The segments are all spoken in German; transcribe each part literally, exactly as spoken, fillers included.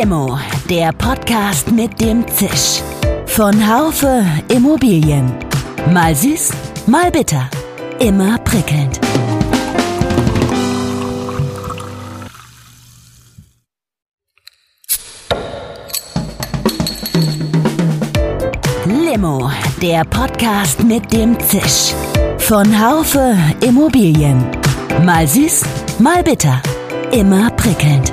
Limo, der Podcast mit dem Zisch. Von Haufe Immobilien. Mal süß, mal bitter. Immer prickelnd. Limo, der Podcast mit dem Zisch. Von Haufe Immobilien. Mal süß, mal bitter. Immer prickelnd.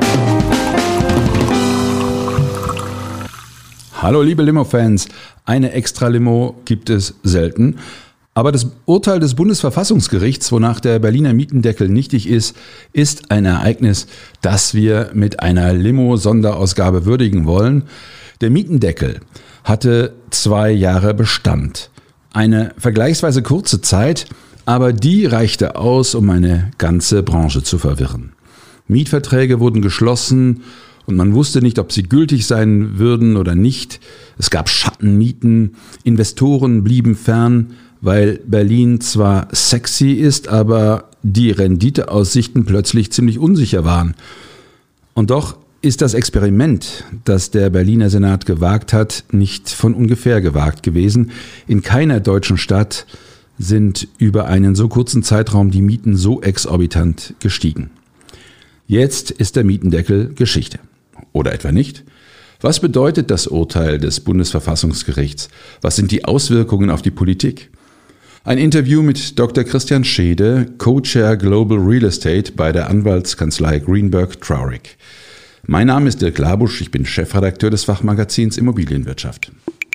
Hallo liebe Limo-Fans, eine Extra-Limo gibt es selten. Aber das Urteil des Bundesverfassungsgerichts, wonach der Berliner Mietendeckel nichtig ist, ist ein Ereignis, das wir mit einer Limo-Sonderausgabe würdigen wollen. Der Mietendeckel hatte zwei Jahre Bestand. Eine vergleichsweise kurze Zeit, aber die reichte aus, um eine ganze Branche zu verwirren. Mietverträge wurden geschlossen und man wusste nicht, ob sie gültig sein würden oder nicht. Es gab Schattenmieten, Investoren blieben fern, weil Berlin zwar sexy ist, aber die Renditeaussichten plötzlich ziemlich unsicher waren. Und doch ist das Experiment, das der Berliner Senat gewagt hat, nicht von ungefähr gewagt gewesen. In keiner deutschen Stadt sind über einen so kurzen Zeitraum die Mieten so exorbitant gestiegen. Jetzt ist der Mietendeckel Geschichte. Oder etwa nicht? Was bedeutet das Urteil des Bundesverfassungsgerichts? Was sind die Auswirkungen auf die Politik? Ein Interview mit Doktor Christian Schede, Co-Chair Global Real Estate bei der Anwaltskanzlei Greenberg Traurig. Mein Name ist Dirk Labusch, ich bin Chefredakteur des Fachmagazins Immobilienwirtschaft.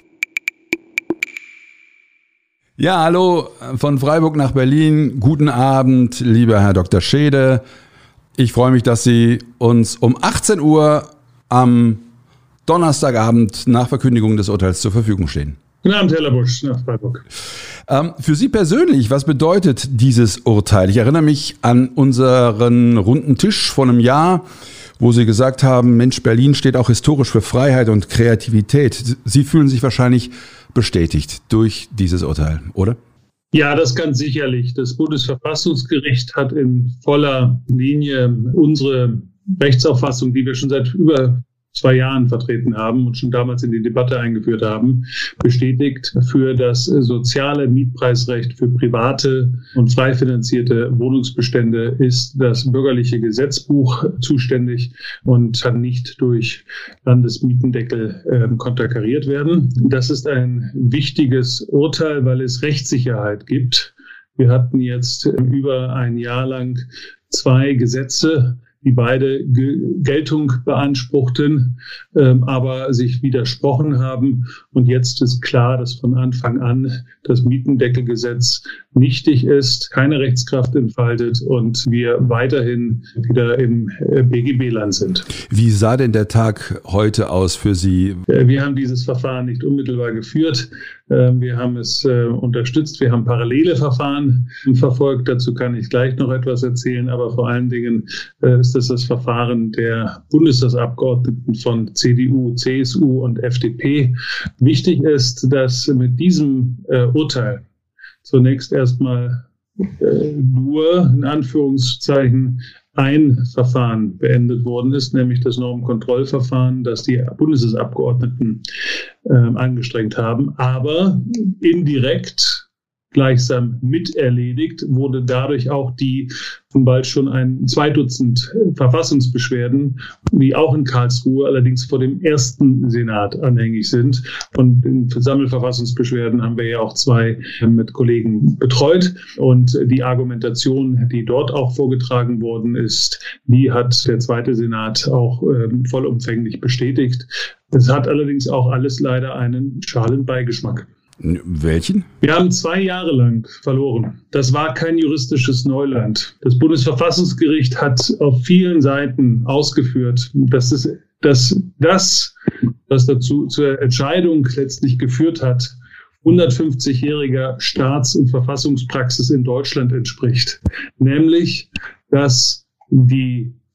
Ja, hallo von Freiburg nach Berlin. Guten Abend, lieber Herr Doktor Schede. Ich freue mich, dass Sie uns um achtzehn Uhr am Donnerstagabend nach Verkündigung des Urteils zur Verfügung stehen. Guten Abend, Herr Labusch nach Freiburg. Ähm, für Sie persönlich, was bedeutet dieses Urteil? Ich erinnere mich an unseren runden Tisch vor einem Jahr, wo Sie gesagt haben, Mensch, Berlin steht auch historisch für Freiheit und Kreativität. Sie fühlen sich wahrscheinlich bestätigt durch dieses Urteil, oder? Ja, das ganz sicherlich. Das Bundesverfassungsgericht hat in voller Linie unsere Rechtsauffassung, die wir schon seit über zwei Jahren vertreten haben und schon damals in die Debatte eingeführt haben, bestätigt. Für das soziale Mietpreisrecht für private und frei finanzierte Wohnungsbestände ist das bürgerliche Gesetzbuch zuständig und kann nicht durch Landesmietendeckel äh, konterkariert werden. Das ist ein wichtiges Urteil, weil es Rechtssicherheit gibt. Wir hatten jetzt über ein Jahr lang zwei Gesetze, die beide Ge- Geltung beanspruchten, ähm, aber sich widersprochen haben. Und jetzt ist klar, dass von Anfang an das Mietendeckelgesetz nichtig ist, keine Rechtskraft entfaltet und wir weiterhin wieder im äh, B G B-Land sind. Wie sah denn der Tag heute aus für Sie? Äh, wir haben dieses Verfahren nicht unmittelbar geführt. Äh, wir haben es äh, unterstützt. Wir haben parallele Verfahren verfolgt. Dazu kann ich gleich noch etwas erzählen. Aber vor allen Dingen äh, ist das das Verfahren der Bundestagsabgeordneten von C D U, C S U und F D P. Wichtig ist, dass mit diesem äh, Urteil zunächst erstmal äh, nur in Anführungszeichen ein Verfahren beendet worden ist, nämlich das Normkontrollverfahren, das die Bundestagsabgeordneten äh, angestrengt haben. Aber indirekt gleichsam miterledigt wurde dadurch auch die von bald schon ein zwei Dutzend Verfassungsbeschwerden, die auch in Karlsruhe allerdings vor dem ersten Senat anhängig sind. Und in Sammelverfassungsbeschwerden haben wir ja auch zwei mit Kollegen betreut. Und die Argumentation, die dort auch vorgetragen worden ist, die hat der zweite Senat auch äh, vollumfänglich bestätigt. Es hat allerdings auch alles leider einen schalen Beigeschmack. Welchen? Wir haben zwei Jahre lang verloren. Das war kein juristisches Neuland. Das Bundesverfassungsgericht hat auf vielen Seiten ausgeführt, dass es, dass das, was dazu zur Entscheidung letztlich geführt hat, hundertfünfzigjähriger Staats- und Verfassungspraxis in Deutschland entspricht. Nämlich, dass die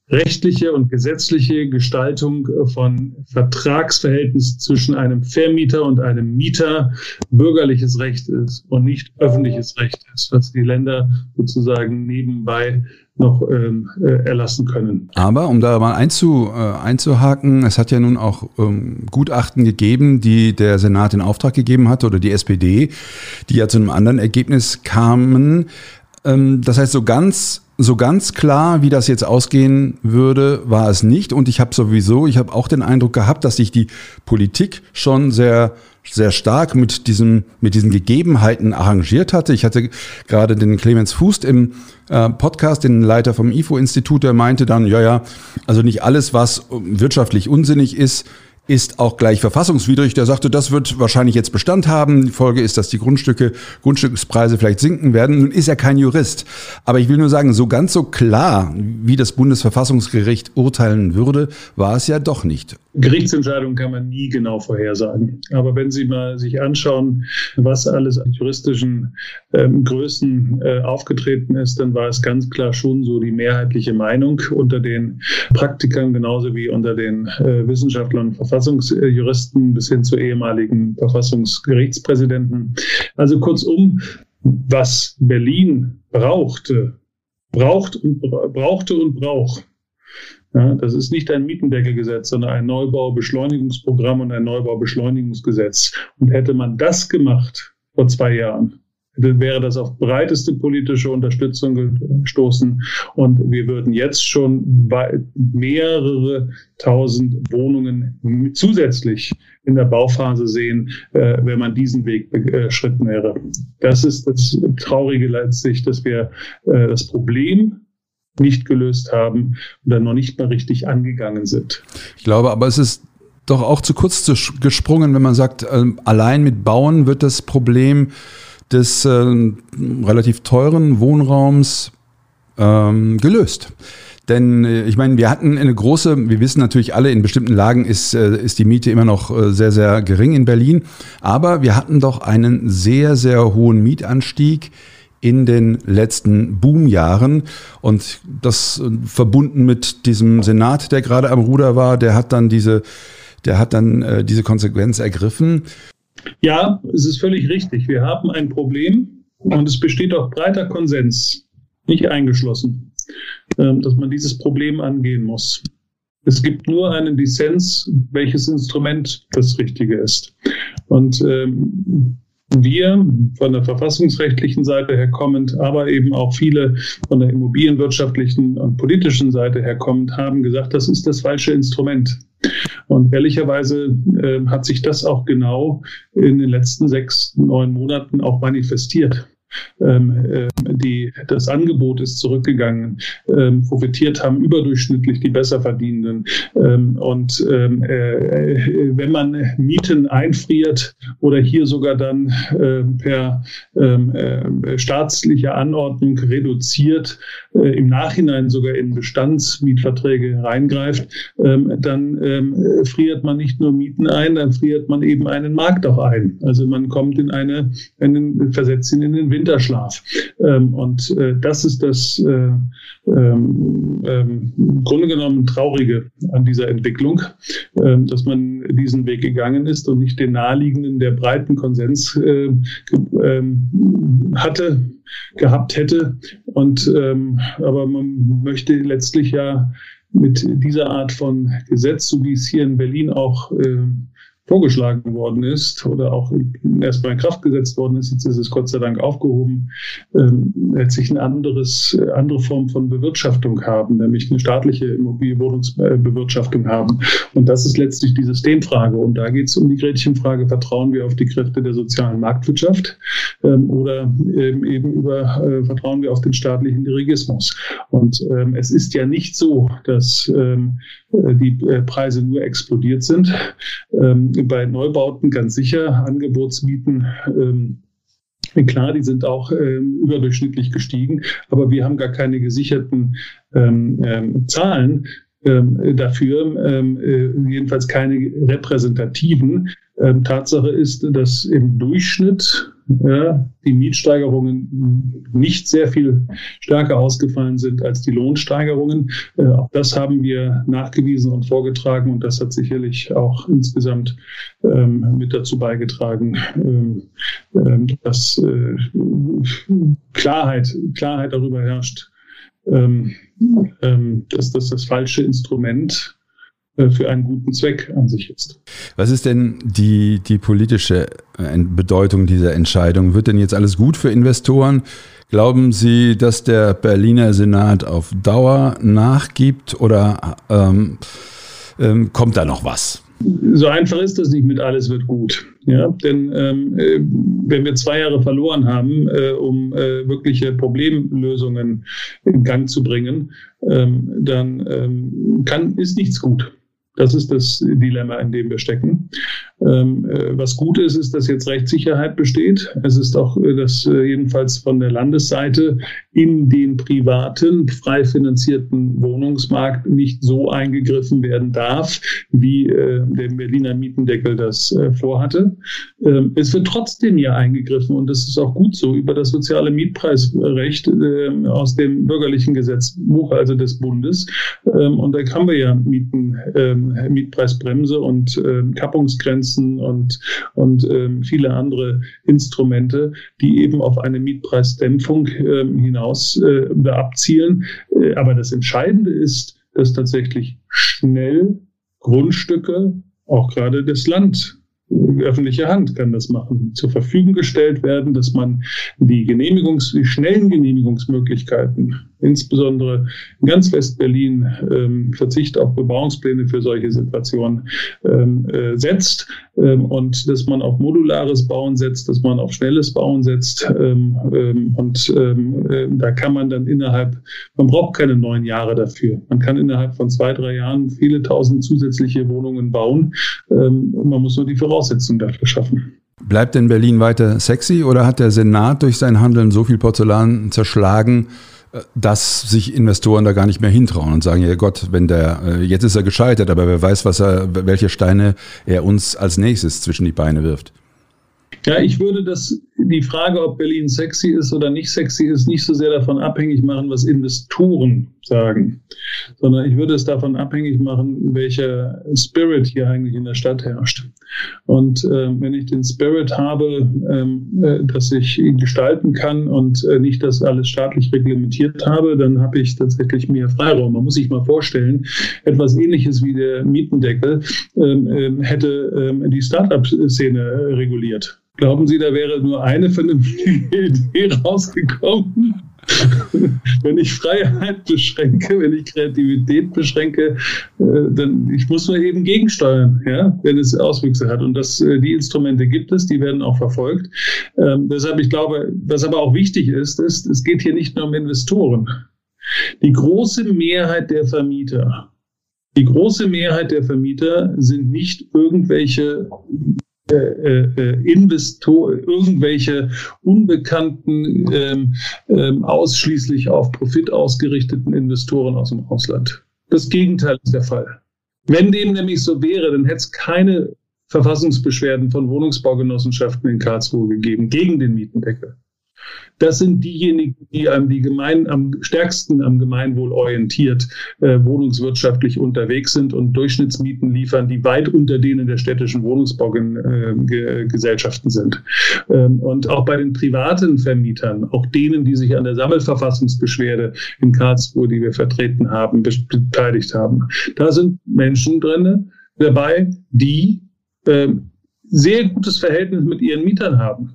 rechtliche und gesetzliche Gestaltung von Vertragsverhältnissen zwischen einem Vermieter und einem Mieter bürgerliches Recht ist und nicht öffentliches Recht ist, was die Länder sozusagen nebenbei noch ähm, äh, erlassen können. Aber um da mal einzu, äh, einzuhaken, es hat ja nun auch ähm, Gutachten gegeben, die der Senat in Auftrag gegeben hatte oder die S P D, die ja zu einem anderen Ergebnis kamen. Ähm, das heißt, so ganz So ganz klar, wie das jetzt ausgehen würde, war es nicht. Und ich habe sowieso, ich habe auch den Eindruck gehabt, dass sich die Politik schon sehr, sehr stark mit diesem, mit diesen Gegebenheiten arrangiert hatte. Ich hatte gerade den Clemens Fußt im äh, Podcast, den Leiter vom I F O-Institut, der meinte dann, ja, ja, also nicht alles, was wirtschaftlich unsinnig ist, ist auch gleich verfassungswidrig. Der sagte, das wird wahrscheinlich jetzt Bestand haben. Die Folge ist, dass die Grundstücke, Grundstückspreise vielleicht sinken werden. Nun ist er kein Jurist. Aber ich will nur sagen, so ganz so klar, wie das Bundesverfassungsgericht urteilen würde, war es ja doch nicht. Gerichtsentscheidungen kann man nie genau vorhersagen. Aber wenn Sie mal sich anschauen, was alles an juristischen ähm, Größen äh, aufgetreten ist, dann war es ganz klar schon so die mehrheitliche Meinung unter den Praktikern genauso wie unter den äh, Wissenschaftlern und Verfassungsjuristen bis hin zu ehemaligen Verfassungsgerichtspräsidenten. Also kurzum, was Berlin brauchte, braucht und brauchte und braucht. Ja, das ist nicht ein Mietendeckelgesetz, sondern ein Neubaubeschleunigungsprogramm und ein Neubaubeschleunigungsgesetz. Und hätte man das gemacht vor zwei Jahren, dann wäre das auf breiteste politische Unterstützung gestoßen. Und wir würden jetzt schon mehrere tausend Wohnungen zusätzlich in der Bauphase sehen, äh, wenn man diesen Weg beschritten wäre. Das ist das Traurige letztlich, dass wir äh, das Problem nicht gelöst haben und dann noch nicht mal richtig angegangen sind. Ich glaube, aber es ist doch auch zu kurz zu gesprungen, wenn man sagt, äh, allein mit Bauen wird das Problem des äh, relativ teuren Wohnraums ähm, gelöst. Denn äh, ich meine, wir hatten eine große, wir wissen natürlich alle, in bestimmten Lagen ist, äh, ist die Miete immer noch äh, sehr, sehr gering in Berlin. Aber wir hatten doch einen sehr, sehr hohen Mietanstieg in den letzten Boomjahren. Und das äh, verbunden mit diesem Senat, der gerade am Ruder war, der hat dann diese, der hat dann äh, diese Konsequenz ergriffen. Ja, es ist völlig richtig. Wir haben ein Problem und es besteht auch breiter Konsens, nicht eingeschlossen, dass man dieses Problem angehen muss. Es gibt nur einen Dissens, welches Instrument das Richtige ist. Und ähm, wir von der verfassungsrechtlichen Seite her kommend, aber eben auch viele von der immobilienwirtschaftlichen und politischen Seite her kommend, haben gesagt, das ist das falsche Instrument. Und ehrlicherweise äh, hat sich das auch genau in den letzten sechs, neun Monaten auch manifestiert. Ähm, äh, die, das Angebot ist zurückgegangen. Ähm, profitiert haben überdurchschnittlich die Besserverdienenden. Ähm, und ähm, äh, wenn man Mieten einfriert oder hier sogar dann äh, per äh, staatlicher Anordnung reduziert, äh, im Nachhinein sogar in Bestandsmietverträge reingreift, ähm, dann ähm, friert man nicht nur Mieten ein, dann friert man eben einen Markt auch ein. Also man kommt in eine, einen, versetzt ihn in den Winter. Winterschlaf. Ähm, und äh, das ist das äh, ähm, ähm, im Grunde genommen Traurige an dieser Entwicklung, äh, dass man diesen Weg gegangen ist und nicht den naheliegenden, der breiten Konsens äh, äh, hatte, gehabt hätte. Und ähm, aber man möchte letztlich ja mit dieser Art von Gesetz, so wie es hier in Berlin auch äh, vorgeschlagen worden ist oder auch erstmal in Kraft gesetzt worden ist, jetzt ist es Gott sei Dank aufgehoben, ähm, letztlich eine anderes, andere Form von Bewirtschaftung haben, nämlich eine staatliche Immobilienwohnungsbewirtschaftung haben. Und das ist letztlich die Systemfrage. Und da geht es um die Gretchenfrage, vertrauen wir auf die Kräfte der sozialen Marktwirtschaft ähm, oder ähm, eben über äh, vertrauen wir auf den staatlichen Dirigismus. Und ähm, es ist ja nicht so, dass ähm, die äh, Preise nur explodiert sind. Ähm, bei Neubauten ganz sicher, Angebotsmieten, ähm, klar, die sind auch ähm, überdurchschnittlich gestiegen, aber wir haben gar keine gesicherten ähm, ähm, Zahlen ähm, dafür, ähm, äh, jedenfalls keine repräsentativen. Ähm, Tatsache ist, dass im Durchschnitt ja, die Mietsteigerungen nicht sehr viel stärker ausgefallen sind als die Lohnsteigerungen. Äh, auch das haben wir nachgewiesen und vorgetragen und das hat sicherlich auch insgesamt ähm, mit dazu beigetragen, ähm, ähm, dass äh, Klarheit, Klarheit darüber herrscht, ähm, ähm, dass das das falsche Instrument für einen guten Zweck an sich ist. Was ist denn die, die politische Bedeutung dieser Entscheidung? Wird denn jetzt alles gut für Investoren? Glauben Sie, dass der Berliner Senat auf Dauer nachgibt oder ähm, ähm, kommt da noch was? So einfach ist das nicht mit alles wird gut. Ja, denn ähm, wenn wir zwei Jahre verloren haben, äh, um äh, wirkliche Problemlösungen in Gang zu bringen, ähm, dann ähm, kann, ist nichts gut. Das ist das Dilemma, in dem wir stecken. Ähm, äh, was gut ist, ist, dass jetzt Rechtssicherheit besteht. Es ist auch, äh, dass äh, jedenfalls von der Landesseite in den privaten, frei finanzierten Wohnungsmarkt nicht so eingegriffen werden darf, wie äh, der Berliner Mietendeckel das äh, vorhatte. Ähm, es wird trotzdem ja eingegriffen und das ist auch gut so über das soziale Mietpreisrecht äh, aus dem bürgerlichen Gesetzbuch, also des Bundes. Ähm, und da haben wir ja Mieten, äh, Mietpreisbremse und äh, Kappungsgrenzen und, und äh, viele andere Instrumente, die eben auf eine Mietpreisdämpfung äh, hinaus äh, abzielen. Äh, aber das Entscheidende ist, dass tatsächlich schnell Grundstücke, auch gerade das Land, öffentliche Hand kann das machen, zur Verfügung gestellt werden, dass man die Genehmigungs-, die schnellen Genehmigungsmöglichkeiten, insbesondere in ganz West-Berlin, ähm, Verzicht auf Bebauungspläne für solche Situationen ähm, äh, setzt ähm, und dass man auf modulares Bauen setzt, dass man auf schnelles Bauen setzt ähm, ähm, und ähm, äh, da kann man dann innerhalb, man braucht keine neun Jahre dafür. Man kann innerhalb von zwei, drei Jahren viele tausend zusätzliche Wohnungen bauen ähm, und man muss nur die Voraussetzungen dafür schaffen. Bleibt denn Berlin weiter sexy oder hat der Senat durch sein Handeln so viel Porzellan zerschlagen, dass sich Investoren da gar nicht mehr hintrauen und sagen, ja Gott, wenn der, jetzt ist er gescheitert, aber wer weiß, was er, welche Steine er uns als nächstes zwischen die Beine wirft? Ja, ich würde das, die Frage, ob Berlin sexy ist oder nicht sexy ist, nicht so sehr davon abhängig machen, was Investoren sagen, sondern ich würde es davon abhängig machen, welcher Spirit hier eigentlich in der Stadt herrscht. Und äh, wenn ich den Spirit habe, äh, dass ich ihn gestalten kann und äh, nicht das alles staatlich reglementiert habe, dann habe ich tatsächlich mehr Freiraum. Man muss sich mal vorstellen, etwas Ähnliches wie der Mietendeckel äh, äh, hätte äh, die Start-up-Szene äh, reguliert. Glauben Sie, da wäre nur eine vernünftige Idee rausgekommen? Wenn ich Freiheit beschränke, wenn ich Kreativität beschränke, dann ich muss nur eben gegensteuern, ja, wenn es Auswüchse hat. Und das, die Instrumente gibt es, die werden auch verfolgt. Ähm, deshalb, ich glaube, was aber auch wichtig ist, ist, es geht hier nicht nur um Investoren. Die große Mehrheit der Vermieter, die große Mehrheit der Vermieter sind nicht irgendwelche Äh, äh, Investor, irgendwelche unbekannten, ähm, ähm, ausschließlich auf Profit ausgerichteten Investoren aus dem Ausland. Das Gegenteil ist der Fall. Wenn dem nämlich so wäre, dann hätte es keine Verfassungsbeschwerden von Wohnungsbaugenossenschaften in Karlsruhe gegeben gegen den Mietendeckel. Das sind diejenigen, die am, die gemein, am stärksten am Gemeinwohl orientiert äh, wohnungswirtschaftlich unterwegs sind und Durchschnittsmieten liefern, die weit unter denen der städtischen Wohnungsbaugesellschaften äh, sind. Ähm, und auch bei den privaten Vermietern, auch denen, die sich an der Sammelverfassungsbeschwerde in Karlsruhe, die wir vertreten haben, beteiligt haben, da sind Menschen drin dabei, die äh, sehr gutes Verhältnis mit ihren Mietern haben.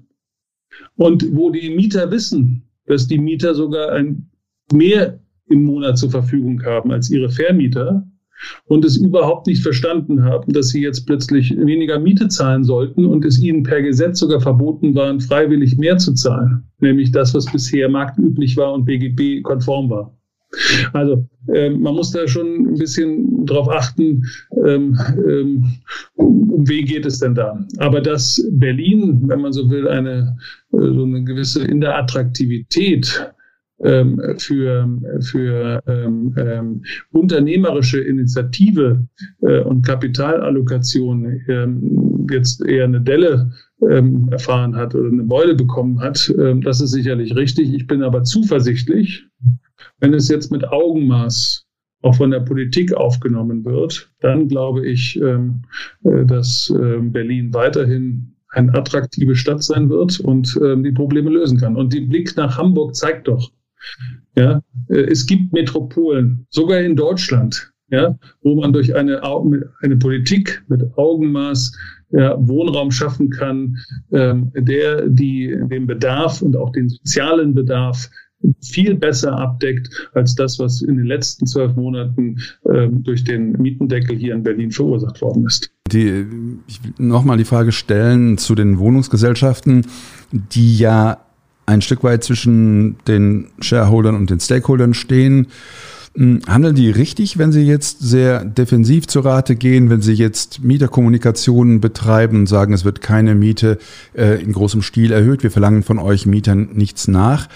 Und wo die Mieter wissen, dass die Mieter sogar ein mehr im Monat zur Verfügung haben als ihre Vermieter und es überhaupt nicht verstanden haben, dass sie jetzt plötzlich weniger Miete zahlen sollten und es ihnen per Gesetz sogar verboten war, freiwillig mehr zu zahlen, nämlich das, was bisher marktüblich war und B G B-konform war. Also äh, man muss da schon ein bisschen drauf achten, ähm, ähm, um wen geht es denn da. Aber dass Berlin, wenn man so will, eine so eine gewisse in der Attraktivität ähm, für für ähm, ähm, unternehmerische Initiative äh, und Kapitalallokation ähm, jetzt eher eine Delle ähm, erfahren hat oder eine Beule bekommen hat. Ähm, das ist sicherlich richtig. Ich bin aber zuversichtlich, wenn es jetzt mit Augenmaß auch von der Politik aufgenommen wird, dann glaube ich, ähm, äh, dass äh, Berlin weiterhin eine attraktive Stadt sein wird und ähm, die Probleme lösen kann. Und der Blick nach Hamburg zeigt doch, ja, äh, es gibt Metropolen, sogar in Deutschland, ja, wo man durch eine, eine Politik mit Augenmaß ja, Wohnraum schaffen kann, ähm, der die, den Bedarf und auch den sozialen Bedarf viel besser abdeckt als das, was in den letzten zwölf Monaten ähm, durch den Mietendeckel hier in Berlin verursacht worden ist. Die, ich will nochmal die Frage stellen zu den Wohnungsgesellschaften, die ja ein Stück weit zwischen den Shareholdern und den Stakeholdern stehen. Handeln die richtig, wenn sie jetzt sehr defensiv zur Rate gehen, wenn sie jetzt Mieterkommunikationen betreiben und sagen, es wird keine Miete äh, in großem Stil erhöht, wir verlangen von euch Mietern nichts nach?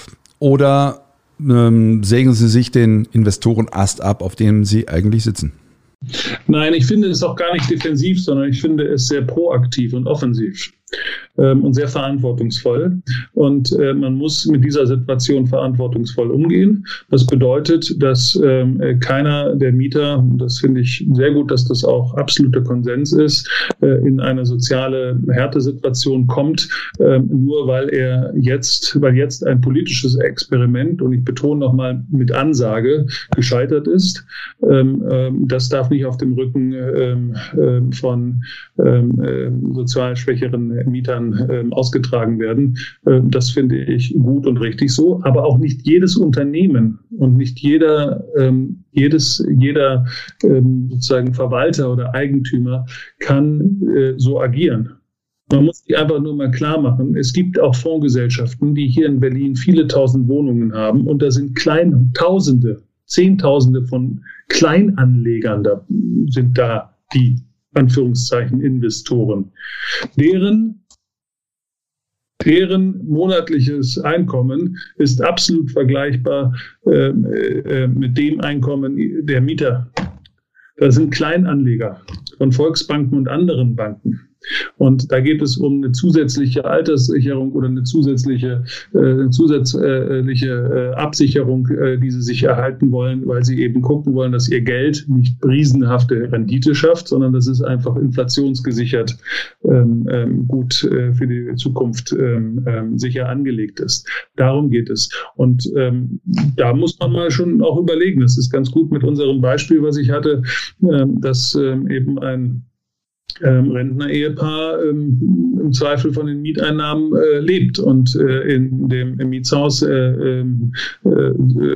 Oder ähm, sägen sie sich den Investorenast ab, auf dem sie eigentlich sitzen? Nein, ich finde es auch gar nicht defensiv, sondern ich finde es sehr proaktiv und offensiv ähm, und sehr verantwortungsvoll. Und äh, man muss mit dieser Situation verantwortungsvoll umgehen. Das bedeutet, dass ähm, keiner der Mieter, das finde ich sehr gut, dass das auch absoluter Konsens ist, äh, in eine soziale Härtesituation kommt, äh, nur weil er jetzt, weil jetzt ein politisches Experiment, und ich betone nochmal mit Ansage, gescheitert ist. Ähm, ähm, das darf nicht auf dem Rücken ähm, ähm, von ähm, sozial schwächeren Mietern ähm, ausgetragen werden. Ähm, das finde ich gut und richtig so. Aber auch nicht jedes Unternehmen und nicht jeder, ähm, jedes, jeder ähm, sozusagen Verwalter oder Eigentümer kann äh, so agieren. Man muss die einfach nur mal klar machen. Es gibt auch Fondsgesellschaften, die hier in Berlin viele tausend Wohnungen haben, und da sind kleine Tausende, Zehntausende von Kleinanlegern da, sind da, die Anführungszeichen Investoren, deren, deren monatliches Einkommen ist absolut vergleichbar äh, äh, mit dem Einkommen der Mieter. Das sind Kleinanleger von Volksbanken und anderen Banken. Und da geht es um eine zusätzliche Alterssicherung oder eine zusätzliche, äh, eine zusätzliche äh, Absicherung, äh, die sie sich erhalten wollen, weil sie eben gucken wollen, dass ihr Geld nicht riesenhafte Rendite schafft, sondern das ist einfach inflationsgesichert ähm, ähm, gut äh, für die Zukunft ähm, ähm, sicher angelegt ist. Darum geht es. Und ähm, da muss man mal schon auch überlegen. Das ist ganz gut mit unserem Beispiel, was ich hatte, äh, dass äh, eben ein Ähm, Rentner-Ehepaar ähm, im Zweifel von den Mieteinnahmen äh, lebt und äh, in dem im Mietshaus äh, äh, äh,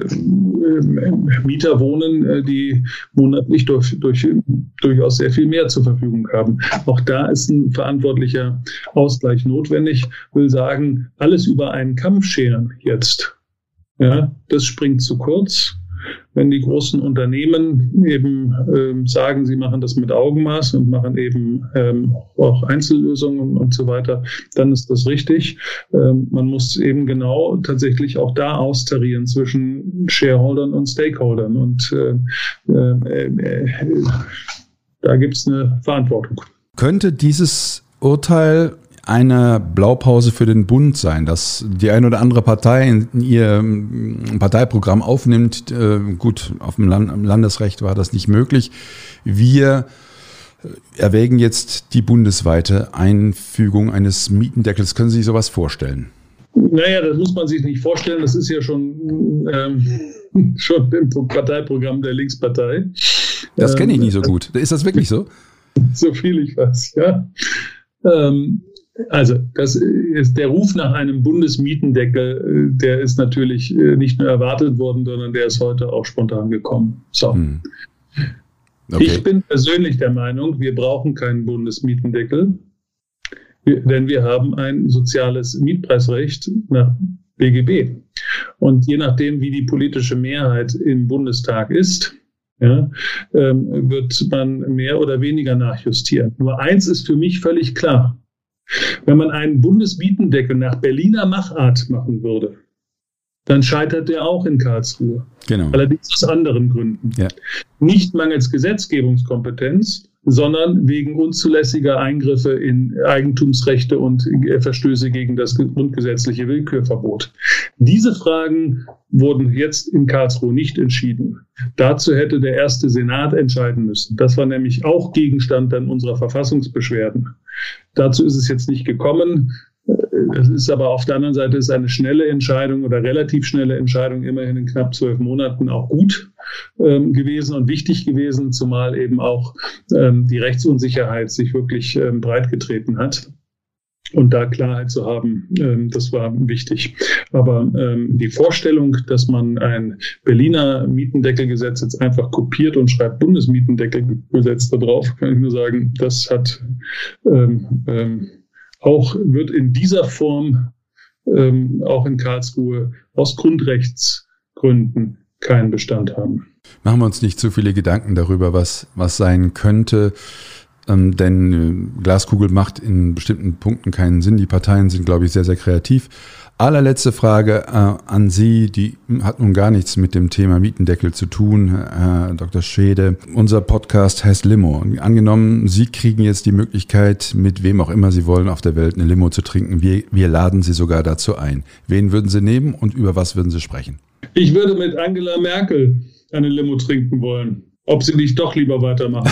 Mieter wohnen, äh, die monatlich durch, durch, durchaus sehr viel mehr zur Verfügung haben. Auch da ist ein verantwortlicher Ausgleich notwendig. Ich will sagen, alles über einen Kamm scheren jetzt, ja, das springt zu kurz. Wenn die großen Unternehmen eben ähm, sagen, sie machen das mit Augenmaß und machen eben ähm, auch Einzellösungen und so weiter, dann ist das richtig. Ähm, man muss eben genau tatsächlich auch da austarieren zwischen Shareholdern und Stakeholdern. Und äh, äh, äh, da gibt es eine Verantwortung. Könnte dieses Urteil eine Blaupause für den Bund sein, dass die eine oder andere Partei in ihr Parteiprogramm aufnimmt? Gut, auf dem Landesrecht war das nicht möglich. Wir erwägen jetzt die bundesweite Einfügung eines Mietendeckels. Können Sie sich sowas vorstellen? Naja, das muss man sich nicht vorstellen. Das ist ja schon, ähm, schon im Parteiprogramm der Linkspartei. Das kenne ich nicht so gut. Ist das wirklich so? So viel ich weiß, ja. Ähm, Also das ist der Ruf nach einem Bundesmietendeckel, der ist natürlich nicht nur erwartet worden, sondern der ist heute auch spontan gekommen. So. Hm. Okay. Ich bin persönlich der Meinung, wir brauchen keinen Bundesmietendeckel, denn wir haben ein soziales Mietpreisrecht nach B G B. Und je nachdem, wie die politische Mehrheit im Bundestag ist, ja, ähm, wird man mehr oder weniger nachjustieren. Nur eins ist für mich völlig klar. Wenn man einen Bundesmietendeckel nach Berliner Machart machen würde, dann scheitert der auch in Karlsruhe. Genau. Allerdings aus anderen Gründen. Ja. Nicht mangels Gesetzgebungskompetenz, sondern wegen unzulässiger Eingriffe in Eigentumsrechte und Verstöße gegen das grundgesetzliche Willkürverbot. Diese Fragen wurden jetzt in Karlsruhe nicht entschieden. Dazu hätte der erste Senat entscheiden müssen. Das war nämlich auch Gegenstand dann unserer Verfassungsbeschwerden. Dazu ist es jetzt nicht gekommen. Es ist aber auf der anderen Seite ist eine schnelle Entscheidung oder relativ schnelle Entscheidung immerhin in knapp zwölf Monaten auch gut ähm, gewesen und wichtig gewesen, zumal eben auch ähm, die Rechtsunsicherheit sich wirklich ähm, breitgetreten hat. Und da Klarheit zu haben, ähm, das war wichtig. Aber ähm, die Vorstellung, dass man ein Berliner Mietendeckelgesetz jetzt einfach kopiert und schreibt Bundesmietendeckelgesetz da drauf, kann ich nur sagen, das hat ähm, ähm, auch wird in dieser Form ähm, auch in Karlsruhe aus Grundrechtsgründen keinen Bestand haben. Machen wir uns nicht zu viele Gedanken darüber, was, was sein könnte, ähm, denn äh, Glaskugel macht in bestimmten Punkten keinen Sinn. Die Parteien sind, glaube ich, sehr, sehr kreativ. Allerletzte Frage äh, an Sie, die hat nun gar nichts mit dem Thema Mietendeckel zu tun, Herr Doktor Scheede. Unser Podcast heißt Limo. Und angenommen, Sie kriegen jetzt die Möglichkeit, mit wem auch immer Sie wollen auf der Welt eine Limo zu trinken. Wir, wir laden Sie sogar dazu ein. Wen würden Sie nehmen und über was würden Sie sprechen? Ich würde mit Angela Merkel eine Limo trinken wollen. Ob sie nicht doch lieber weitermachen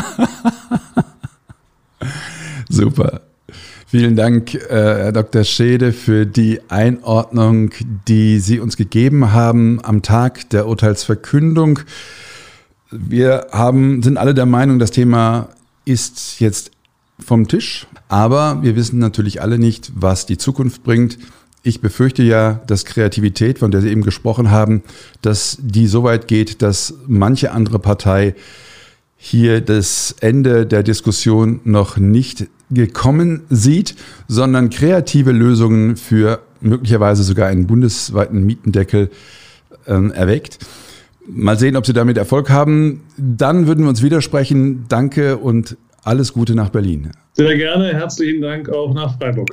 will. Super. Vielen Dank, Herr Doktor Scheede, für die Einordnung, die Sie uns gegeben haben am Tag der Urteilsverkündung. Wir haben, sind alle der Meinung, das Thema ist jetzt vom Tisch, aber wir wissen natürlich alle nicht, was die Zukunft bringt. Ich befürchte ja, dass Kreativität, von der Sie eben gesprochen haben, dass die so weit geht, dass manche andere Partei hier das Ende der Diskussion noch nicht gekommen sieht, sondern kreative Lösungen für möglicherweise sogar einen bundesweiten Mietendeckel äh, erweckt. Mal sehen, ob Sie damit Erfolg haben. Dann würden wir uns widersprechen. Danke und alles Gute nach Berlin. Sehr gerne. Herzlichen Dank auch nach Freiburg.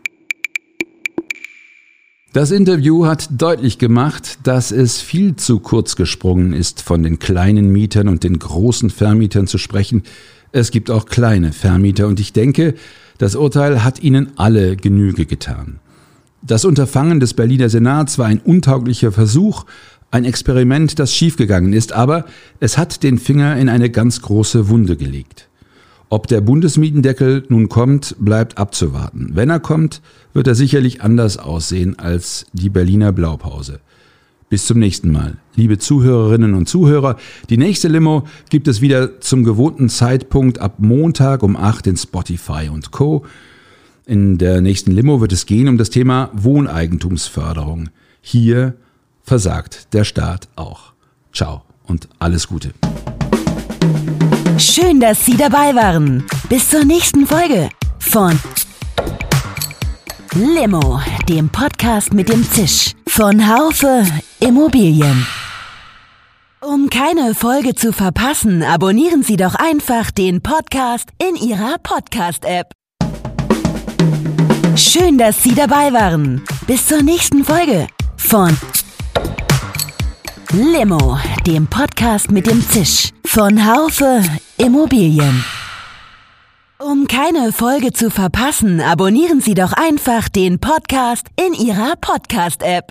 Das Interview hat deutlich gemacht, dass es viel zu kurz gesprungen ist, von den kleinen Mietern und den großen Vermietern zu sprechen. Es gibt auch kleine Vermieter und ich denke, das Urteil hat ihnen alle Genüge getan. Das Unterfangen des Berliner Senats war ein untauglicher Versuch, ein Experiment, das schiefgegangen ist, aber es hat den Finger in eine ganz große Wunde gelegt. Ob der Bundesmietendeckel nun kommt, bleibt abzuwarten. Wenn er kommt, wird er sicherlich anders aussehen als die Berliner Blaupause. Bis zum nächsten Mal. Liebe Zuhörerinnen und Zuhörer, die nächste Limo gibt es wieder zum gewohnten Zeitpunkt ab Montag um acht in Spotify und Co. In der nächsten Limo wird es gehen um das Thema Wohneigentumsförderung. Hier versagt der Staat auch. Ciao und alles Gute. Schön, dass Sie dabei waren. Bis zur nächsten Folge von Limo, dem Podcast mit dem Zisch von Haufe Immobilien. Um keine Folge zu verpassen, abonnieren Sie doch einfach den Podcast in Ihrer Podcast-App. Schön, dass Sie dabei waren. Bis zur nächsten Folge von Limo, dem Podcast mit dem Zisch von Haufe Immobilien. Um keine Folge zu verpassen, abonnieren Sie doch einfach den Podcast in Ihrer Podcast-App.